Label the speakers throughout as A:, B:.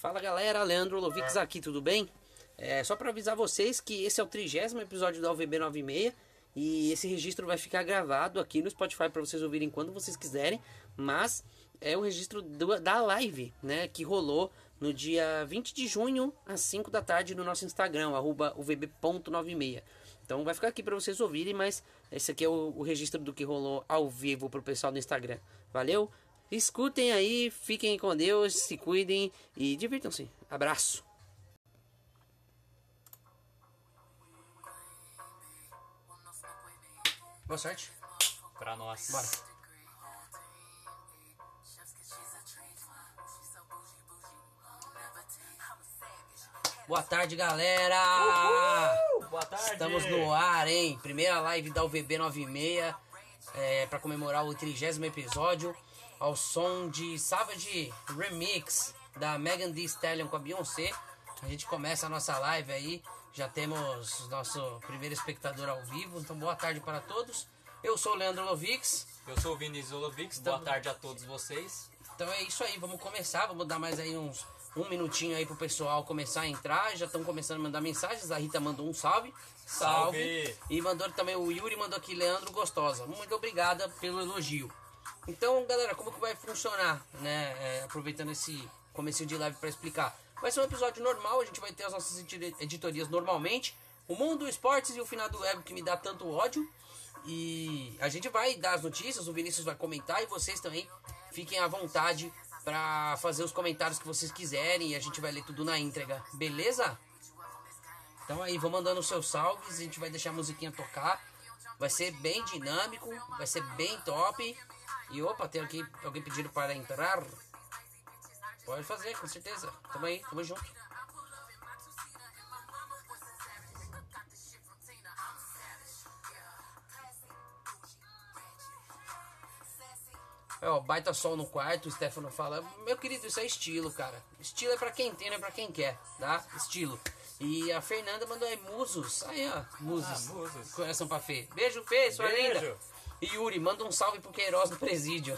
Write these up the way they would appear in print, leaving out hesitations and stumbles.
A: Fala galera, Leandro Lovix aqui, tudo bem? Só para avisar vocês que esse é o 30º episódio da UVB 96 e esse registro vai ficar gravado aqui no Spotify para vocês ouvirem quando vocês quiserem, mas é o registro da live, né, que rolou no dia 20 de junho às 5 da tarde no nosso Instagram, @uvb.96. Então vai ficar aqui para vocês ouvirem, mas esse aqui é o registro do que rolou ao vivo pro pessoal no Instagram. Valeu? Escutem aí, fiquem com Deus, se cuidem e divirtam-se. Abraço. Boa sorte.
B: Pra nós.
A: Bora. Boa tarde, galera.
B: Uhul! Boa tarde.
A: Estamos no ar, hein? Primeira live da UVB 96 para comemorar o 30º episódio ao som de Savage Remix da Megan Thee Stallion com a Beyoncé. A gente começa a nossa live aí, já temos nosso primeiro espectador ao vivo, então boa tarde para todos. Eu sou o Leandro Lovix.
B: Eu sou o Vinícius Lovix, boa tarde a todos vocês.
A: Então é isso aí, vamos começar, vamos dar mais aí um minutinho aí pro pessoal começar a entrar. Já estão começando a mandar mensagens, a Rita mandou um salve. Salve! E mandou também, o Yuri mandou aqui, Leandro Gostosa. Muito obrigada pelo elogio. Então, galera, como que vai funcionar, né? Aproveitando esse comecinho de live para explicar. Vai ser um episódio normal, a gente vai ter as nossas editorias normalmente. O mundo, esportes e o final do ego que me dá tanto ódio. E a gente vai dar as notícias, o Vinícius vai comentar e vocês também fiquem à vontade para fazer os comentários que vocês quiserem e a gente vai ler tudo na íntegra, beleza? Então aí, vão mandando os seus salves, a gente vai deixar a musiquinha tocar. Vai ser bem dinâmico, vai ser bem top. E opa, tem aqui alguém pedindo para entrar. Pode fazer, com certeza. Tamo aí, tamo junto. Baita sol no quarto, o Stefano fala, meu querido, isso é estilo, cara. Estilo é pra quem tem, não é pra quem quer, tá? Estilo. E a Fernanda mandou aí, musos. Aí, ó, musos.
B: Musos.
A: Coração pra Fê. Beijo, Fê, sua linda. E Yuri, manda um salve pro Queiroz no presídio.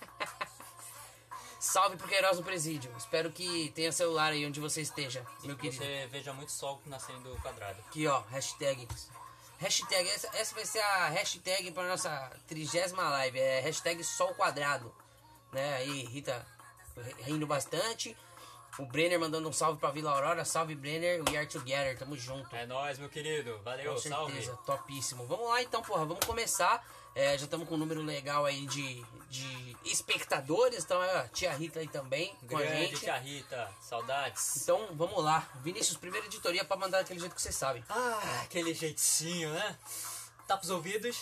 A: Salve pro Queiroz no presídio. Espero que tenha celular aí onde você esteja, meu querido.
B: Você veja muito sol nascendo quadrado.
A: Aqui, ó, hashtag, essa vai ser a hashtag para nossa 30ª live. É hashtag sol quadrado, né? Aí, Rita rindo bastante. O Brenner mandando um salve pra Vila Aurora. Salve, Brenner, we are together, tamo junto.
B: É nóis, meu querido, valeu,
A: com certeza,
B: salve.
A: Topíssimo. Vamos lá então, porra, vamos começar. Já estamos com um número legal aí de espectadores. Então, a tia Rita aí também com a gente.
B: Tia Rita, saudades.
A: Então, vamos lá. Vinícius, primeira editoria pra mandar daquele jeito que vocês sabem.
B: Ah, aquele jeitinho, né? Tapa os ouvidos.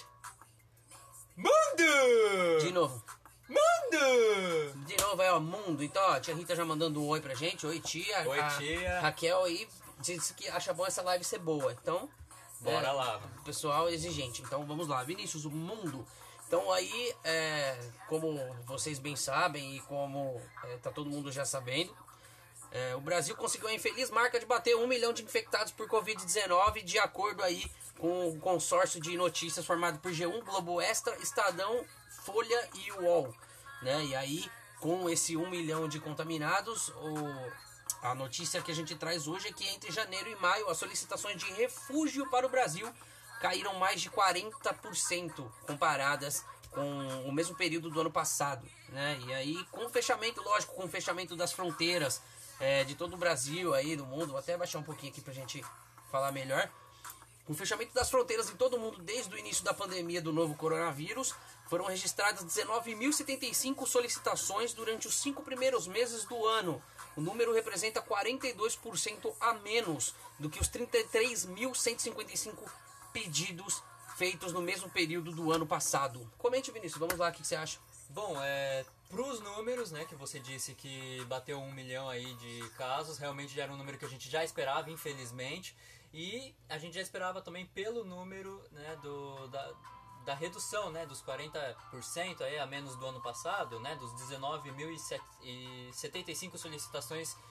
B: Mundo!
A: De novo.
B: Mundo!
A: De novo aí, ó, mundo. Então, ó, a tia Rita já mandando um oi pra gente. Oi, tia.
B: Oi, tia.
A: Raquel aí disse que acha bom essa live ser boa. Então,
B: bora lá.
A: O pessoal é exigente. Então, vamos lá. Vinícius, o mundo. Então, aí, como vocês bem sabem e como tá todo mundo já sabendo, o Brasil conseguiu a infeliz marca de bater 1 milhão de infectados por Covid-19, de acordo aí com o consórcio de notícias formado por G1, Globo Extra, Estadão, Folha e UOL, né? E aí, com esse 1 milhão de contaminados, a notícia que a gente traz hoje é que entre janeiro e maio as solicitações de refúgio para o Brasil caíram mais de 40% comparadas com o mesmo período do ano passado, né? E aí, com o fechamento, lógico, com o fechamento das fronteiras de todo o Brasil aí, do mundo, vou até baixar um pouquinho aqui pra gente falar melhor. Com o fechamento das fronteiras em todo o mundo desde o início da pandemia do novo coronavírus, foram registradas 19.075 solicitações durante os 5 primeiros meses do ano. O número representa 42% a menos do que os 33.155 pedidos feitos no mesmo período do ano passado. Comente, Vinícius, vamos lá, o que você acha?
B: Bom, pros números, né, que você disse que bateu 1 milhão aí de casos, realmente já era um número que a gente já esperava, infelizmente. E a gente já esperava também pelo número, né, da redução, né, dos 40% aí, a menos do ano passado, né, dos 19.075 solicitações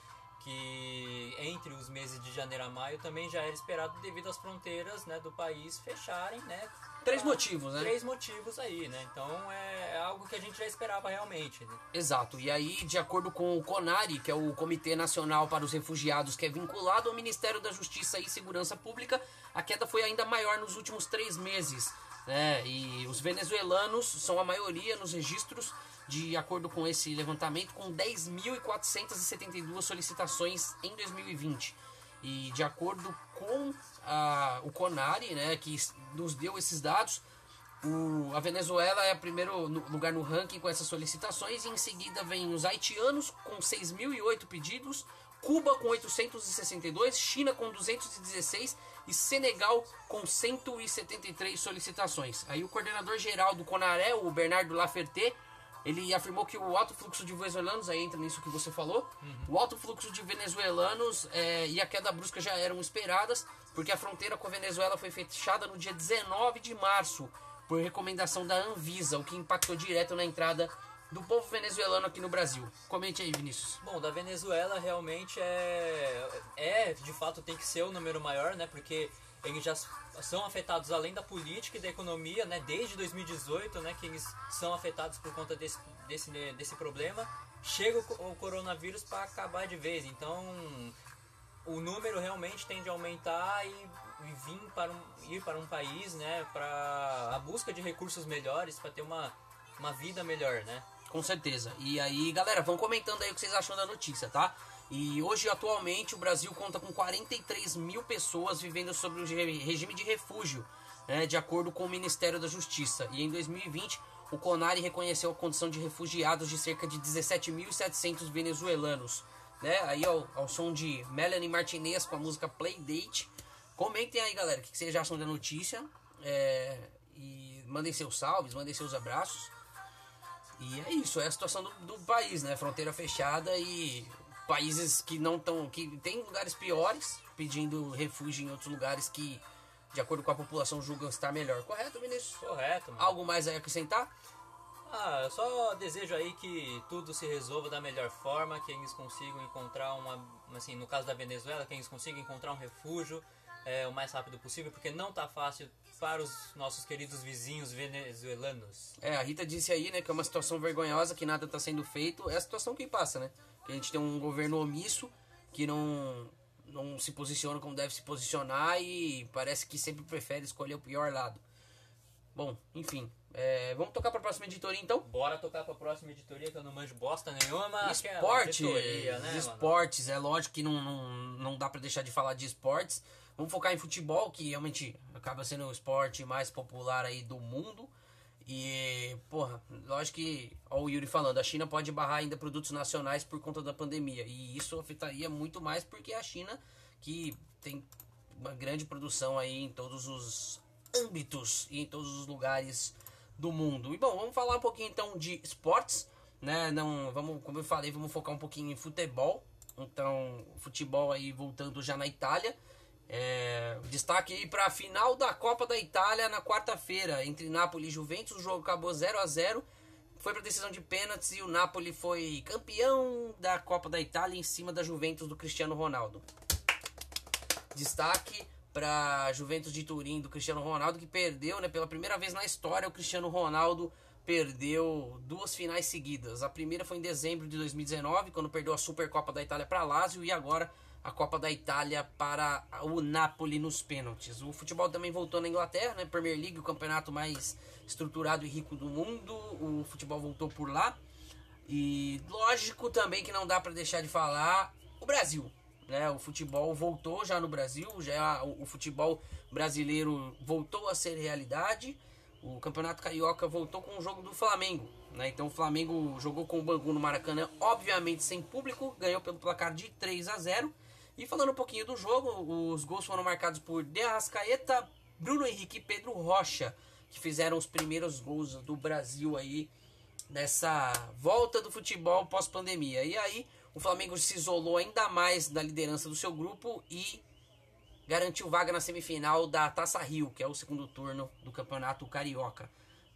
B: que entre os meses de janeiro a maio também já era esperado devido às fronteiras, né, do país fecharem, né?
A: Três motivos, né?
B: Três motivos aí, né? Então é algo que a gente já esperava realmente, né?
A: Exato. E aí, de acordo com o CONARE, que é o Comitê Nacional para os Refugiados, que é vinculado ao Ministério da Justiça e Segurança Pública, a queda foi ainda maior nos últimos 3 meses, né? E os venezuelanos são a maioria nos registros, de acordo com esse levantamento, com 10.472 solicitações em 2020. E de acordo com o CONARE, né, que nos deu esses dados, a Venezuela é o primeiro lugar no ranking com essas solicitações, e em seguida vem os haitianos com 6.008 pedidos, Cuba com 862, China com 216 e Senegal com 173 solicitações. Aí o coordenador geral do CONARE, o Bernardo Laferte, ele afirmou que o alto fluxo de venezuelanos, aí entra nisso que você falou, o alto fluxo de venezuelanos e a queda brusca já eram esperadas, porque a fronteira com a Venezuela foi fechada no dia 19 de março, por recomendação da Anvisa, o que impactou direto na entrada do povo venezuelano aqui no Brasil. Comente aí, Vinícius.
B: Bom, da Venezuela realmente de fato tem que ser o número maior, né? Porque eles já são afetados além da política e da economia, né? Desde 2018, né? Que eles são afetados por conta desse problema. Chega o coronavírus para acabar de vez. Então, o número realmente tende a aumentar e ir para um país, né? Para a busca de recursos melhores, para ter uma vida melhor, né?
A: Com certeza. E aí, galera, vão comentando aí o que vocês acham da notícia, tá? E hoje, atualmente, o Brasil conta com 43 mil pessoas vivendo sob o regime de refúgio, né, de acordo com o Ministério da Justiça. E em 2020, o CONARE reconheceu a condição de refugiados de cerca de 17.700 venezuelanos. Né? Aí, ao som de Melanie Martinez com a música Playdate. Comentem aí, galera, o que vocês acham da notícia. E mandem seus salves, mandem seus abraços. E é isso, é a situação do país, né? Fronteira fechada e países que não estão... que tem lugares piores, pedindo refúgio em outros lugares que, de acordo com a população, julgam estar melhor. Correto, Vinícius?
B: Correto, mano.
A: Algo mais aí a acrescentar?
B: Eu só desejo aí que tudo se resolva da melhor forma, que eles consigam encontrar assim, no caso da Venezuela, que eles consigam encontrar um refúgio o mais rápido possível, porque não tá fácil para os nossos queridos vizinhos venezuelanos.
A: A Rita disse aí, né, que é uma situação vergonhosa, que nada tá sendo feito. É a situação que passa, né? Que a gente tem um governo omisso, que não se posiciona como deve se posicionar e parece que sempre prefere escolher o pior lado. Bom, enfim. Vamos tocar para a próxima editoria, então?
B: Bora tocar para a próxima editoria, que eu não manjo bosta nenhuma.
A: Esportes, é lógico que não dá para deixar de falar de esportes. Vamos focar em futebol, que realmente acaba sendo o esporte mais popular aí do mundo. E, porra, lógico que, ó, o Yuri falando, a China pode barrar ainda produtos nacionais por conta da pandemia. E isso afetaria muito mais porque a China, que tem uma grande produção aí em todos os âmbitos e em todos os lugares do mundo. E, bom, vamos falar um pouquinho então de esportes, né? Como eu falei, vamos focar um pouquinho em futebol. Então, futebol aí voltando já na Itália. Destaque aí para a final da Copa da Itália na quarta-feira entre Napoli e Juventus. O jogo acabou 0-0, foi para decisão de pênaltis e o Napoli foi campeão da Copa da Itália em cima da Juventus do Cristiano Ronaldo. Destaque para Juventus de Turim do Cristiano Ronaldo, que perdeu, né, pela primeira vez na história. O Cristiano Ronaldo perdeu 2 finais seguidas. A primeira foi em dezembro de 2019, quando perdeu a Supercopa da Itália para Lazio, e agora a Copa da Itália para o Napoli nos pênaltis. O futebol também voltou na Inglaterra, né? Premier League, o campeonato mais estruturado e rico do mundo. O futebol voltou por lá. E lógico também que não dá para deixar de falar o Brasil, né? O futebol voltou já no Brasil, o futebol brasileiro voltou a ser realidade. O Campeonato Carioca voltou com o jogo do Flamengo, né? Então o Flamengo jogou com o Bangu no Maracanã, obviamente sem público, ganhou pelo placar de 3-0. E falando um pouquinho do jogo, os gols foram marcados por De Arrascaeta, Bruno Henrique e Pedro Rocha, que fizeram os primeiros gols do Brasil aí nessa volta do futebol pós-pandemia. E aí o Flamengo se isolou ainda mais da liderança do seu grupo e garantiu vaga na semifinal da Taça Rio, que é o segundo turno do Campeonato Carioca.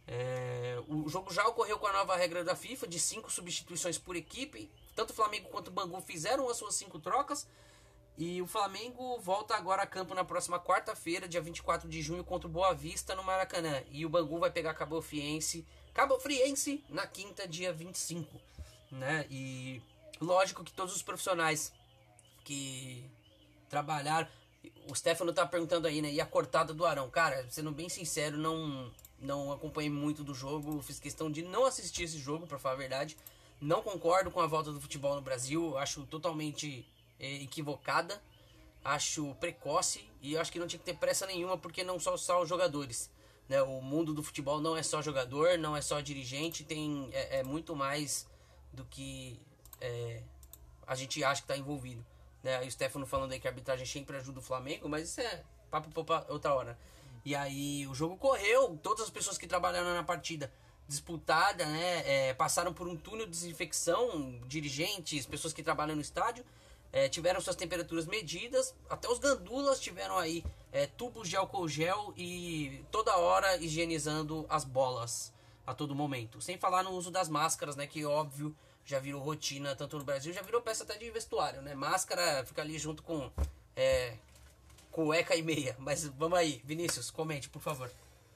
A: O jogo já ocorreu com a nova regra da FIFA de 5 substituições por equipe. Tanto o Flamengo quanto o Bangu fizeram as suas 5 trocas. E o Flamengo volta agora a campo na próxima quarta-feira, dia 24 de junho, contra o Boa Vista no Maracanã. E o Bangu vai pegar Cabo Friense na quinta, dia 25. Né? E lógico que todos os profissionais que trabalharam... O Stefano tá perguntando aí, né? E a cortada do Arão? Cara, sendo bem sincero, não acompanhei muito do jogo. Fiz questão de não assistir esse jogo, pra falar a verdade. Não concordo com a volta do futebol no Brasil. Acho totalmente equivocada. Acho precoce. E acho que não tinha que ter pressa nenhuma, porque não são só os jogadores. Né? O mundo do futebol não é só jogador, não é só dirigente. É muito mais do que a gente acha que tá envolvido. Né? E o Stefano falando aí que a arbitragem sempre ajuda o Flamengo, mas isso é papo pra outra hora. E aí o jogo correu, todas as pessoas que trabalharam na partida disputada, né, passaram por um túnel de desinfecção, dirigentes, pessoas que trabalham no estádio, tiveram suas temperaturas medidas, até os gandulas tiveram aí tubos de álcool gel e toda hora higienizando as bolas a todo momento. Sem falar no uso das máscaras, né, que óbvio já virou rotina tanto no Brasil, já virou peça até de vestuário, né? Máscara fica ali junto com cueca e meia. Mas vamos aí, Vinícius, comente, por favor.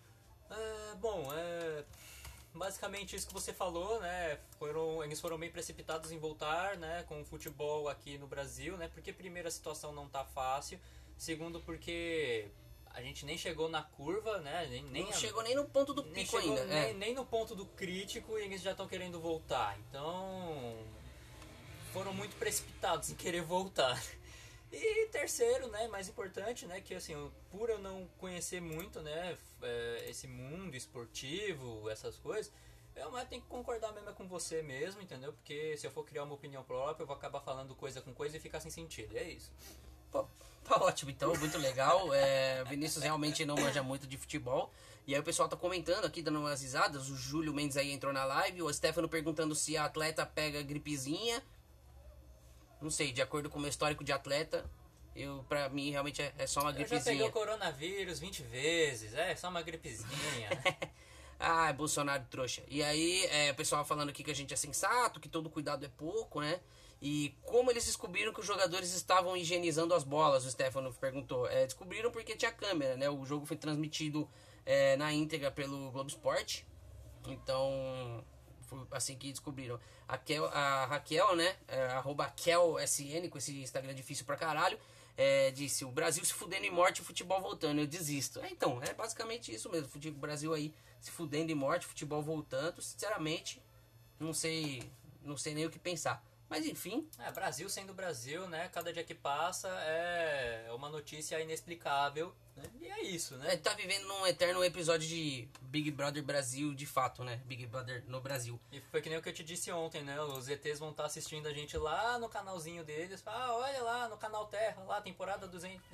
B: Basicamente isso que você falou, né? Eles foram bem precipitados em voltar, né? Com o futebol aqui no Brasil, né? Porque primeiro a situação não tá fácil, segundo porque a gente nem chegou na curva, né?
A: Não chegou nem no ponto do pico ainda.
B: Nem no ponto do crítico e eles já estão querendo voltar. Então, foram muito precipitados em querer voltar. E terceiro, né, mais importante, né, que assim, por eu não conhecer muito, né, esse mundo esportivo, essas coisas, eu tenho que concordar mesmo com você mesmo, entendeu? Porque se eu for criar uma opinião própria, eu vou acabar falando coisa com coisa e ficar sem sentido. É isso.
A: Pô, tá ótimo, então, muito legal. Vinícius realmente não manja muito de futebol. E aí o pessoal tá comentando aqui, dando umas risadas. O Júlio Mendes aí entrou na live. O Stefano perguntando se a atleta pega gripezinha. Não sei, de acordo com o meu histórico de atleta, pra mim realmente é só uma gripezinha.
B: Já pegou coronavírus 20 vezes, só uma gripezinha.
A: Ah, Bolsonaro trouxa. E aí, o pessoal falando aqui que a gente é sensato, que todo cuidado é pouco, né? E como eles descobriram que os jogadores estavam higienizando as bolas, o Stefano perguntou. Descobriram porque tinha câmera, né? O jogo foi transmitido na íntegra pelo Globo Esporte. Então, foi assim que descobriram. A Raquel, né? @KelSN, com esse Instagram difícil pra caralho, disse: o Brasil se fudendo em morte, o futebol voltando, eu desisto. Então, é basicamente isso mesmo. O Brasil aí se fudendo em morte, futebol voltando. Sinceramente, não sei nem o que pensar. Mas enfim.
B: Brasil sendo Brasil, né? Cada dia que passa é uma notícia inexplicável, né? E é isso, né?
A: Tá vivendo num eterno episódio de Big Brother Brasil, de fato, né? Big Brother no Brasil.
B: E foi que nem o que eu te disse ontem, né? Os ETs vão estar assistindo a gente lá no canalzinho deles. Olha lá, no canal Terra, lá, temporada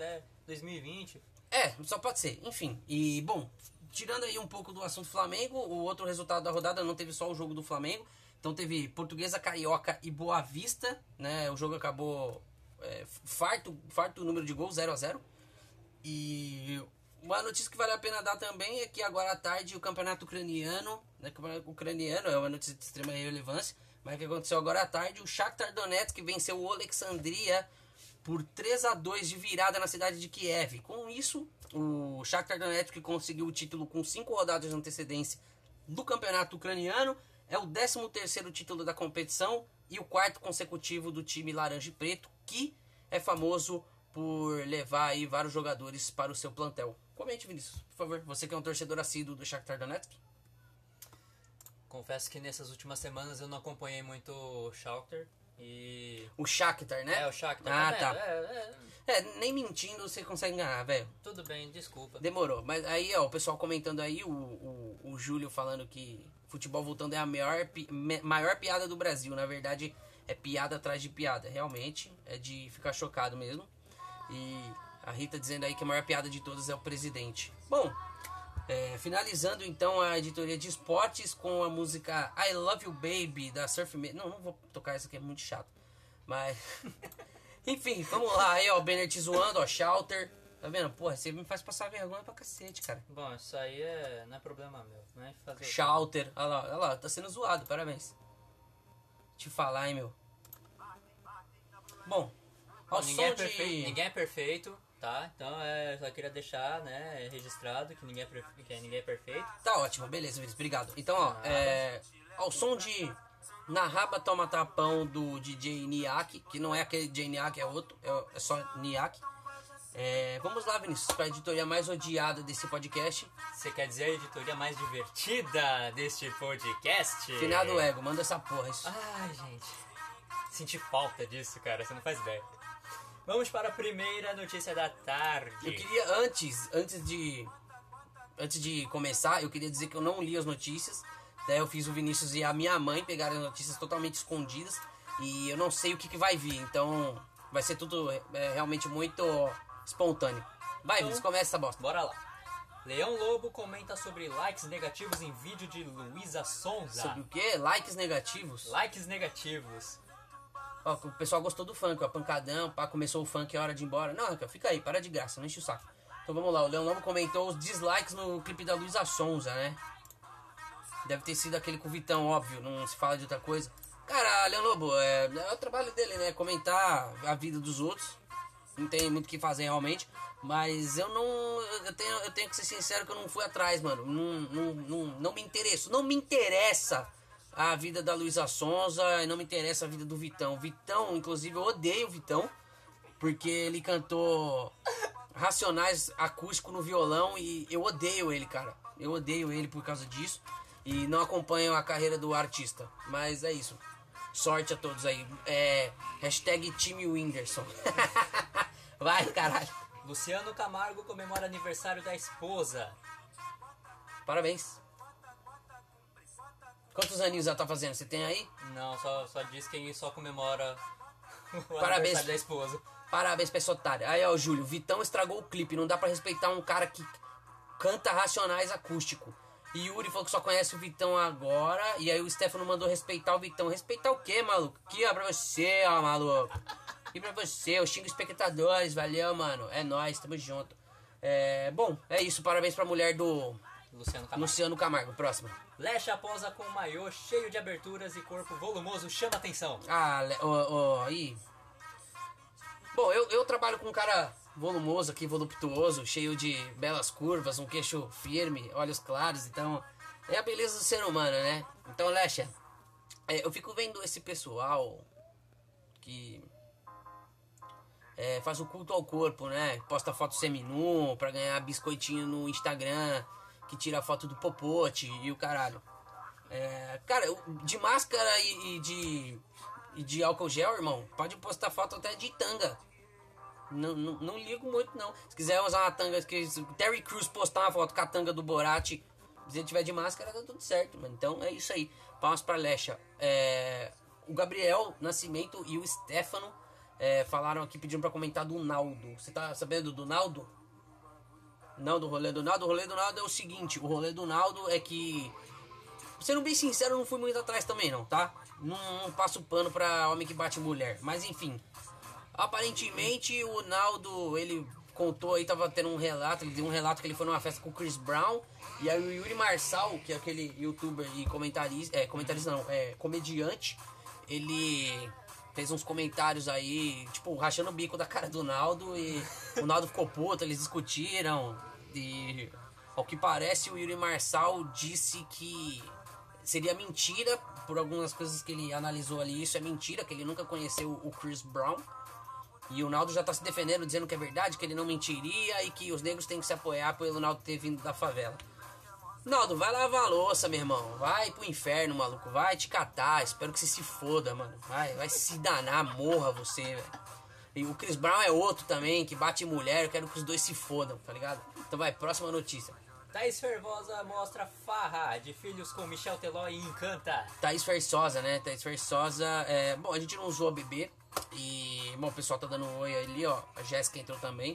B: 2020.
A: Só pode ser. Enfim, e bom, tirando aí um pouco do assunto Flamengo, o outro resultado da rodada não teve só o jogo do Flamengo. Então teve Portuguesa, Carioca e Boa Vista, né? O jogo acabou farto número de gols, 0-0. E uma notícia que vale a pena dar também é que agora à tarde o campeonato ucraniano, né? O campeonato ucraniano é uma notícia de extrema relevância, mas o que aconteceu agora à tarde, o Shakhtar Donetsk venceu o Alexandria por 3-2 de virada na cidade de Kiev. Com isso, o Shakhtar Donetsk conseguiu o título com 5 rodadas de antecedência do campeonato ucraniano. É o 13º título da competição e o 4º consecutivo do time laranja e preto, que é famoso por levar aí vários jogadores para o seu plantel. Comente, Vinícius, por favor. Você que é um torcedor assíduo do Shakhtar Donetsk.
B: Confesso que nessas últimas semanas eu não acompanhei muito o Shakhtar e...
A: O Shakhtar, né?
B: O Shakhtar.
A: Tá. Nem mentindo você consegue enganar, velho.
B: Tudo bem, desculpa.
A: Demorou. Mas aí, ó, o pessoal comentando aí, o Júlio falando que futebol voltando é a maior piada do Brasil. Na verdade, é piada atrás de piada. Realmente, é de ficar chocado mesmo. E a Rita dizendo aí que a maior piada de todas é o presidente. Bom, finalizando então a editoria de esportes com a música I Love You Baby, da Surf Man. Não vou tocar isso aqui, é muito chato. Mas... Enfim, vamos lá. Aí, ó, o Benner te zoando, ó, Shelter. Tá vendo? Porra, você me faz passar vergonha pra cacete, cara.
B: Bom, isso aí não é problema meu, né? Fazer...
A: Shouter, olha lá, tá sendo zoado, parabéns. Te falar, hein, meu. Bom, ao
B: ninguém
A: som
B: é perfeito,
A: de...
B: ninguém é perfeito, tá? Então só queria deixar, né, registrado que ninguém é perfeito.
A: Tá ótimo, beleza, Vinícius, obrigado. Então, ó, ao som de Na Raba Toma Tapão do DJ Niak, que não é aquele DJ Niak, é outro, é só Niak. Vamos lá, Vinícius, pra editoria mais odiada desse podcast.
B: Você quer dizer a editoria mais divertida deste podcast?
A: Finado Ego, manda essa porra. Isso.
B: Ai, gente, senti falta disso, cara, você não faz ideia. Vamos para a primeira notícia da tarde.
A: Eu queria, antes de começar, eu queria dizer que eu não li as notícias. Daí eu fiz o Vinícius e a minha mãe pegarem as notícias totalmente escondidas. E eu não sei o que vai vir, então vai ser tudo realmente muito espontâneo. Vai,
B: Então,
A: Vinícius, começa essa bosta.
B: Bora lá. Leão Lobo comenta sobre likes negativos em vídeo de Luísa Sonza.
A: Sobre o quê? Likes negativos?
B: Likes negativos.
A: Ó, o pessoal gostou do funk, ó, pancadão, pá, começou o funk, é hora de ir embora. Não, Raquel, fica aí, para de graça, não enche o saco. Então vamos lá, o Leão Lobo comentou os dislikes no clipe da Luísa Sonza, né? Deve ter sido aquele com o Vitão, óbvio, não se fala de outra coisa. Cara, Leão Lobo, é o trabalho dele, né? Comentar a vida dos outros. Não tem muito o que fazer realmente. Mas eu tenho que ser sincero que eu não fui atrás, mano. Não me interesso. Não me interessa a vida da Luísa Sonza e não me interessa a vida do Vitão. Vitão, inclusive, eu odeio o Vitão. Porque ele cantou Racionais acústico no violão e eu odeio ele, cara. Eu odeio ele por causa disso. E não acompanho a carreira do artista. Mas é isso. Sorte a todos aí. Hashtag time Whindersson. Vai, caralho.
B: Luciano Camargo comemora aniversário da esposa.
A: Parabéns. Quantos aninhos ela tá fazendo? Você tem aí?
B: Não, só diz quem só comemora o
A: Parabéns.
B: aniversário da esposa.
A: Parabéns pra essa otária. Aí, ó, Júlio, Vitão estragou o clipe. Não dá pra respeitar um cara que canta Racionais acústico. E Yuri falou que só conhece o Vitão agora. E aí o Stefano mandou respeitar o Vitão. Respeitar o quê, maluco? Aqui, ó, pra você, ó, maluco. Aqui pra você, eu xingo espectadores. Valeu, mano. É nóis, tamo junto. Bom, é isso. Parabéns pra mulher do Luciano Camargo. Próximo.
B: Lecha posa com um maiô cheio de aberturas e corpo volumoso chama atenção.
A: Aí. Bom, eu trabalho com um cara volumoso aqui, voluptuoso, cheio de belas curvas, um queixo firme, olhos claros, então é a beleza do ser humano, né? Então, Lecha, eu fico vendo esse pessoal que faz o culto ao corpo, né? Posta foto seminu pra ganhar biscoitinho no Instagram, que tira foto do popote e o caralho. Cara, de máscara e de álcool gel, irmão, pode postar foto até de tanga. Não ligo muito, não. Se quiser usar uma tanga, se Terry Crews postar uma foto com a tanga do Borat, se ele tiver de máscara, tá tudo certo, mano. Então é isso aí. Palmas pra Lecha. O Gabriel Nascimento e o Stefano falaram aqui, pedindo pra comentar do Naldo. Você tá sabendo do Naldo? Não, do rolê do Naldo. O rolê do Naldo é o seguinte: o rolê do Naldo é que, sendo bem sincero, eu não fui muito atrás também, não, tá? Não passo pano pra homem que bate mulher. Mas enfim. Aparentemente o Naldo, ele contou aí, tava tendo um relato, ele deu um relato que ele foi numa festa com o Chris Brown. E aí o Yuri Marçal, que é aquele youtuber e comediante, ele fez uns comentários aí, tipo, rachando o bico da cara do Naldo. E o Naldo ficou puto, eles discutiram. E ao que parece o Yuri Marçal disse que seria mentira, por algumas coisas que ele analisou ali, isso é mentira, que ele nunca conheceu o Chris Brown. E o Naldo já tá se defendendo, dizendo que é verdade, que ele não mentiria e que os negros têm que se apoiar pelo Naldo ter vindo da favela. Naldo, vai lavar a louça, meu irmão. Vai pro inferno, maluco. Vai te catar. Espero que você se foda, mano. Vai se danar, morra você, velho. E o Chris Brown é outro também, que bate mulher. Eu quero que os dois se fodam, tá ligado? Então vai, próxima notícia.
B: Thaís Fervosa mostra farra de filhos com Michel Teló e encanta.
A: Thaís Versosa, né? Thaís Versosa. Bom, a gente não usou a bebê. E, bom, o pessoal tá dando um oi ali, ó. A Jéssica entrou também.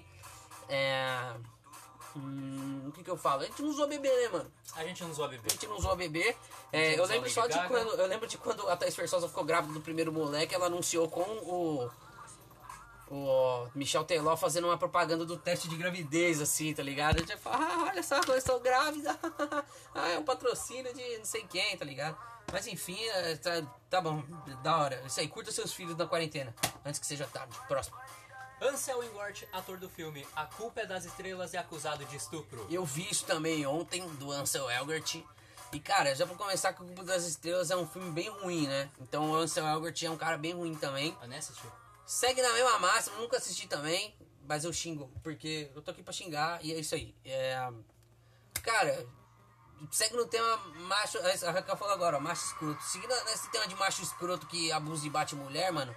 A: O que eu falo? A gente não usou a bebê, né, mano?
B: A gente não usou a bebê.
A: A gente não usou a bebê. Eu lembro só de quando. Eu lembro de quando a Thaís Versosa ficou grávida do primeiro moleque, ela anunciou com o Michel Teló fazendo uma propaganda do teste de gravidez, assim, tá ligado? Eu já falo, olha só, eu estou grávida. É um patrocínio de não sei quem, tá ligado? Mas enfim, tá bom, da hora. Isso aí, curta seus filhos na quarentena, antes que seja tarde. Próximo.
B: Ansel Elgort, ator do filme A Culpa é das Estrelas e acusado de estupro.
A: Eu vi isso também ontem, do Ansel Elgort. E cara, já pra começar, que o Culpa das Estrelas é um filme bem ruim, né? Então o Ansel Elgort é um cara bem ruim também.
B: Eu nem assisti.
A: Segue na mesma máxima, nunca assisti também, mas eu xingo, porque eu tô aqui pra xingar e é isso aí. Cara, segue no tema macho, a Raquel falou agora, ó, macho escroto. Seguindo nesse tema de macho escroto que abusa e bate mulher, mano,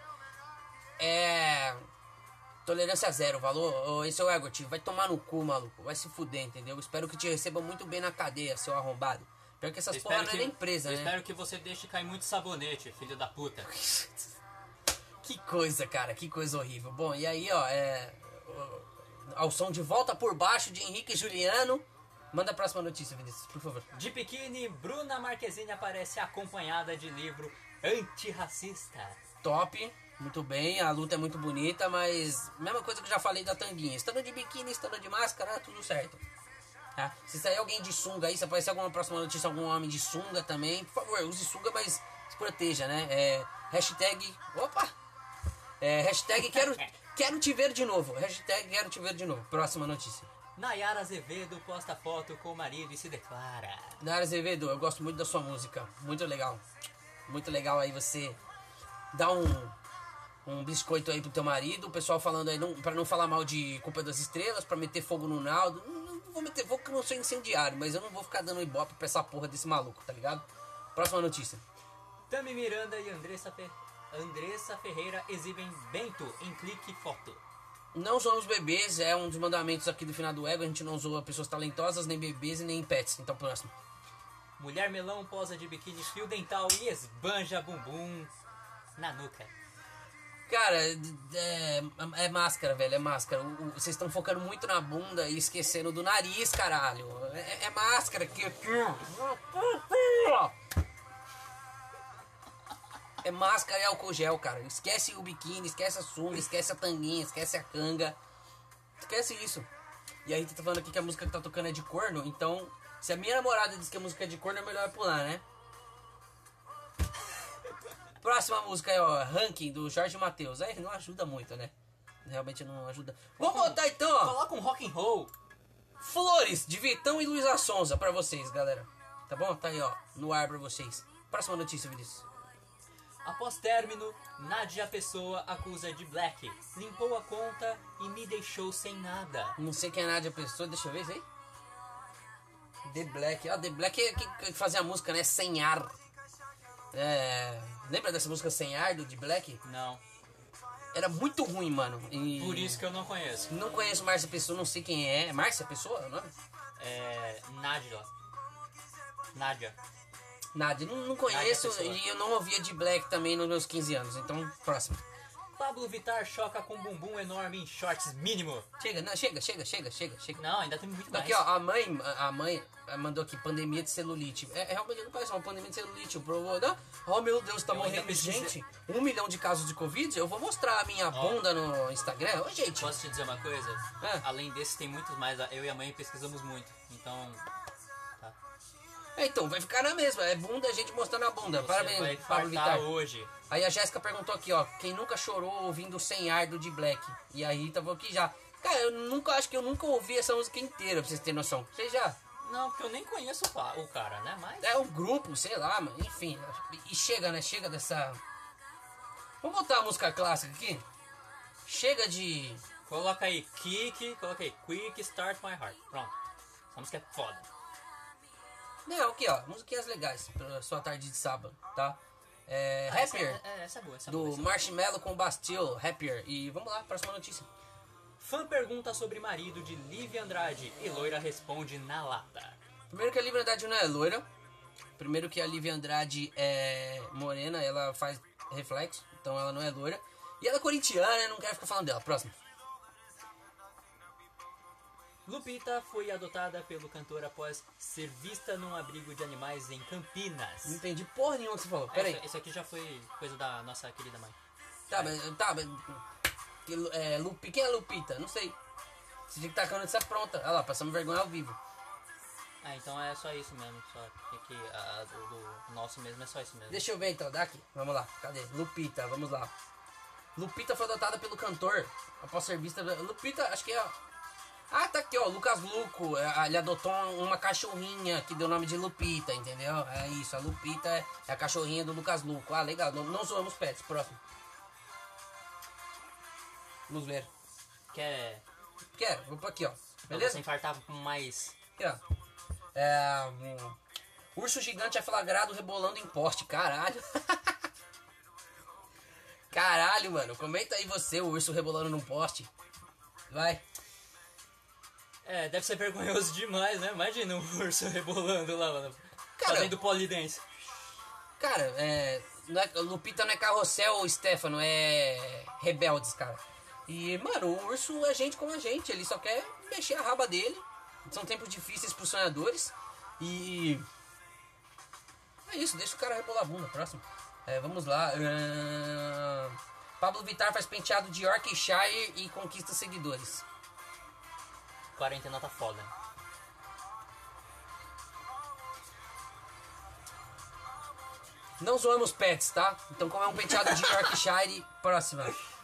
A: tolerância zero, valor? Esse é o Elgort, vai tomar no cu, maluco, vai se fuder, entendeu? Espero que te receba muito bem na cadeia, seu arrombado. Pior que essas porra não é nem presa, né?
B: Espero que você deixe cair muito sabonete, filho da puta.
A: Que coisa, cara, que coisa horrível. Bom, e aí, ó, ao som de Volta por Baixo de Henrique e Juliano. Manda a próxima notícia, Vinícius, por favor.
B: De biquíni, Bruna Marquezine aparece acompanhada de livro antirracista.
A: Top, muito bem, a luta é muito bonita, mas mesma coisa que eu já falei da tanguinha. Estando de biquíni, estando de máscara, tudo certo. Tá? Se sair alguém de sunga aí, se aparecer alguma próxima notícia, algum homem de sunga também, por favor, use sunga, mas se proteja, né? Hashtag... Opa! Hashtag quero te ver de novo. Hashtag quero te ver de novo. Próxima notícia.
B: Nayara Azevedo posta foto com o marido e se declara.
A: Nayara Azevedo, eu gosto muito da sua música. Muito legal. Muito legal aí você dar um biscoito aí pro teu marido. O pessoal falando aí pra não falar mal de Culpa das Estrelas, pra meter fogo no Naldo. Não vou meter fogo porque eu não sou incendiário, mas eu não vou ficar dando ibope pra essa porra desse maluco, tá ligado? Próxima notícia.
B: Tami Miranda e Andressa Ferreira exibem Bento em clique foto.
A: Não zoamos bebês, é um dos mandamentos aqui do final do Ego. A gente não zoa pessoas talentosas, nem bebês e nem pets. Então, próximo.
B: Mulher melão posa de biquíni fio dental e esbanja bumbum na nuca.
A: Cara, é máscara, velho, é máscara. Vocês estão focando muito na bunda e esquecendo do nariz, caralho. É máscara que... É máscara e álcool gel, cara. Esquece o biquíni, esquece a sunga, esquece a tanguinha, esquece a canga. Esquece isso. E aí, tá falando aqui que a música que tá tocando é de corno, então... Se a minha namorada diz que a música é de corno, é melhor eu pular, né? Próxima música é, ó, Ranking, do Jorge Mateus. Aí não ajuda muito, né? Realmente não ajuda. Vamos botar então, ó.
B: Coloca um rock and roll.
A: Flores, de Vitão e Luísa Sonza pra vocês, galera. Tá bom? Tá aí, ó, no ar pra vocês. Próxima notícia, Vinícius.
B: Após término, Nádia Pessoa acusa de Black. Limpou a conta e me deixou sem nada.
A: Não sei quem é Nádia Pessoa, deixa eu ver isso aí. The Black. Ah, The Black é que fazia a música, né? Sem ar. Lembra dessa música Sem Ar, do The Black?
B: Não.
A: Era muito ruim, mano. E...
B: Por isso que eu não conheço.
A: Não conheço Márcia Pessoa, não sei quem é. Márcia Pessoa o nome?
B: Nádia.
A: Nádia, não conheço e eu não ouvia de Black também nos meus 15 anos. Então, próximo.
B: Pablo Vittar choca com bumbum enorme em shorts mínimo.
A: Chega.
B: Não, ainda tem muito mais.
A: Aqui, ó, a mãe mandou aqui, pandemia de celulite. Realmente não parece uma pandemia de celulite. Oh, meu Deus, tá morrendo gente. 1 milhão de casos de Covid. Eu vou mostrar a minha bunda no Instagram. Ô, gente.
B: Posso te dizer uma coisa? Além desses, tem muitos mais. Eu e a mãe pesquisamos muito. Então... Tá.
A: Então, vai ficar na mesma. É bunda, a gente mostrando a bunda.
B: Você
A: Parabéns,
B: vai
A: Pablo Vittar.
B: hoje.
A: Aí a Jéssica perguntou aqui, ó. Quem nunca chorou ouvindo Sem Ar do de Black? E a Rita falou que já. Cara, acho que eu nunca ouvi essa música inteira, pra vocês terem noção. Vocês já?
B: Não, porque eu nem conheço o cara, né? Mas...
A: É um grupo, sei lá, mano. Enfim. E chega, né? Chega dessa... Vamos botar a música clássica aqui? Chega de...
B: Coloca aí Quick Start My Heart. Pronto. Essa música é foda.
A: Não, aqui, ó. Musiquinhas legais pra sua tarde de sábado, tá? Happier.
B: Essa é boa,
A: do Marshmello com Bastille, Happier. E vamos lá, próxima notícia.
B: Fã pergunta sobre marido de Lívia Andrade e loira responde na lata.
A: Primeiro que a Lívia Andrade não é loira. Primeiro que a Lívia Andrade é morena, ela faz reflexo, então ela não é loira. E ela é corintiana, não quero ficar falando dela. Próximo.
B: Lupita foi adotada pelo cantor após ser vista num abrigo de animais em Campinas.
A: Não entendi porra nenhuma que você falou. Pera aí.
B: Isso aqui já foi coisa da nossa querida mãe.
A: Quem é Lupita? Não sei. Você tinha que estar com a notícia pronta. Olha lá, passamos vergonha ao vivo.
B: Ah, então é só isso mesmo. Só que a do nosso mesmo é só isso mesmo.
A: Deixa eu ver então, daqui. Vamos lá, cadê? Lupita, vamos lá. Lupita foi adotada pelo cantor após ser vista. Lupita, acho que é. Ah, tá aqui, ó. Lucas Luco. Ele adotou uma cachorrinha que deu o nome de Lupita, entendeu? É isso, a Lupita é a cachorrinha do Lucas Luco. Ah, legal. Não zoamos pets. Próximo. Vamos ver. Quero, vou pôr aqui, ó. Beleza?
B: Você infartava com mais.
A: Aqui, ó. Urso gigante é flagrado rebolando em poste. Caralho. Caralho, mano. Comenta aí você, o urso rebolando num poste. Vai.
B: Deve ser vergonhoso demais, né? Imagina um urso rebolando lá, mano.
A: Cara,
B: fazendo polidense.
A: Cara, Lupita não é Carrossel, Stefano, é Rebeldes, cara. E, mano, o urso é gente como a gente. Ele só quer mexer a raba dele. São tempos difíceis pros sonhadores. E... é isso, deixa o cara rebolar a bunda. Próximo. Vamos lá. Pablo Vittar faz penteado de Yorkshire e conquista seguidores.
B: Quarentena tá foda.
A: Não zoamos pets, tá? Então, como é um penteado de Yorkshire, próxima.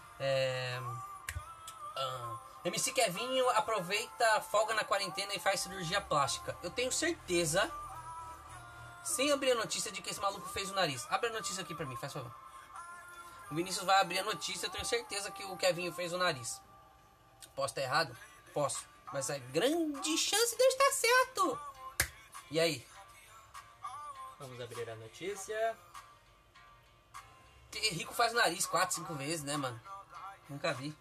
A: MC Kevinho aproveita, folga na quarentena e faz cirurgia plástica. Eu tenho certeza, sem abrir a notícia, de que esse maluco fez o nariz. Abre a notícia aqui pra mim, faz favor. O Vinícius vai abrir a notícia, eu tenho certeza que o Kevinho fez o nariz. Posso estar errado? Posso. Mas é grande chance de eu estar certo. E aí?
B: Vamos abrir a notícia.
A: Que rico faz o nariz 4, 5 vezes, né, mano? Nunca vi.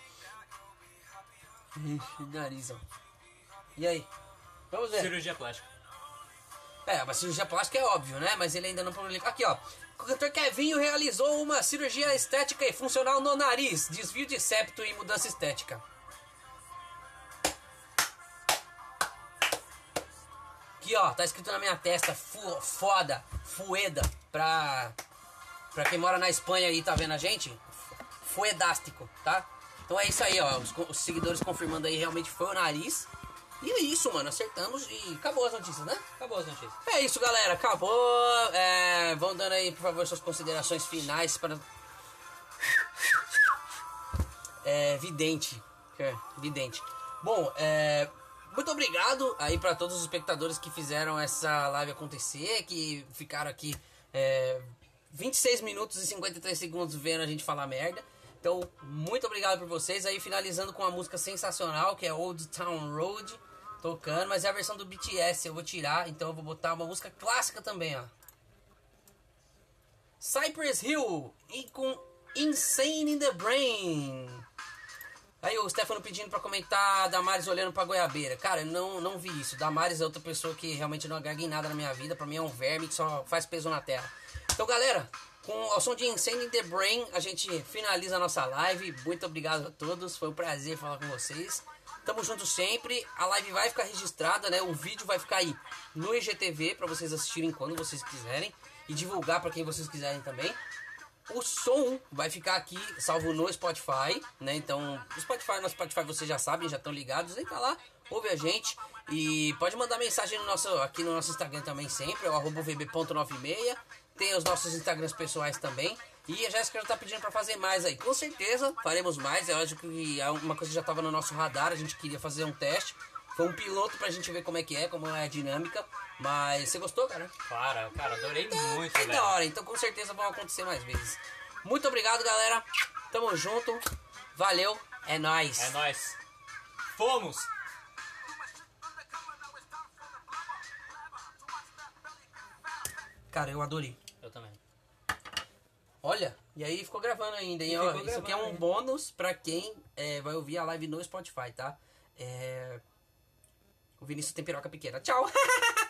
A: Ixi, nariz, ó. E aí? Vamos ver.
B: Cirurgia plástica.
A: Mas cirurgia plástica é óbvio, né? Mas ele ainda não publicou. Aqui, ó. O cantor Kevinho realizou uma cirurgia estética e funcional no nariz. Desvio de septo e mudança estética. Aqui, ó. Tá escrito na minha testa. Foda. Fueda. Pra quem mora na Espanha e tá vendo a gente. Fuedástico, tá? Então é isso aí, ó. Os seguidores confirmando aí, realmente foi o nariz. E é isso, mano. Acertamos e acabou as notícias, né?
B: Acabou as notícias.
A: É isso, galera. Acabou. Vão dando aí, por favor, suas considerações finais para... Vidente. Vidente. Bom, muito obrigado aí para todos os espectadores que fizeram essa live acontecer, que ficaram aqui 26 minutos e 53 segundos vendo a gente falar merda. Então, muito obrigado por vocês. Aí, finalizando com uma música sensacional, que é Old Town Road, tocando. Mas é a versão do BTS, eu vou tirar. Então, eu vou botar uma música clássica também, ó. Cypress Hill, e com Insane in the Brain. Aí, o Stefano pedindo pra comentar Damares olhando pra goiabeira. Cara, eu não vi isso. Damares é outra pessoa que realmente não agrega em nada na minha vida. Pra mim é um verme que só faz peso na terra. Então, galera... ao som de Insane in the Brain, a gente finaliza a nossa live. Muito obrigado a todos, foi um prazer falar com vocês. Tamo junto sempre. A live vai ficar registrada, né? O vídeo vai ficar aí no IGTV para vocês assistirem quando vocês quiserem e divulgar para quem vocês quiserem também. O som vai ficar aqui salvo no Spotify, né? Então, no Spotify vocês já sabem, já estão ligados. Entra lá, ouve a gente e pode mandar mensagem aqui no nosso Instagram também sempre, é o @vb.96. Tem os nossos Instagrams pessoais também. E a Jéssica já tá pedindo pra fazer mais aí. Com certeza faremos mais. É lógico que uma coisa já tava no nosso radar. A gente queria fazer um teste. Foi um piloto pra gente ver como é a dinâmica. Mas você gostou, cara?
B: Claro, cara, adorei muito, velho.
A: Da hora, então com certeza vão acontecer mais vezes. Muito obrigado, galera. Tamo junto. Valeu. É nóis.
B: É nóis. Fomos!
A: Cara, eu adorei.
B: Eu também.
A: Olha, e aí ficou gravando ainda, hein? Ó, isso aqui é um bônus pra quem vai ouvir a live no Spotify, tá? O Vinícius tem piroca pequena. Tchau!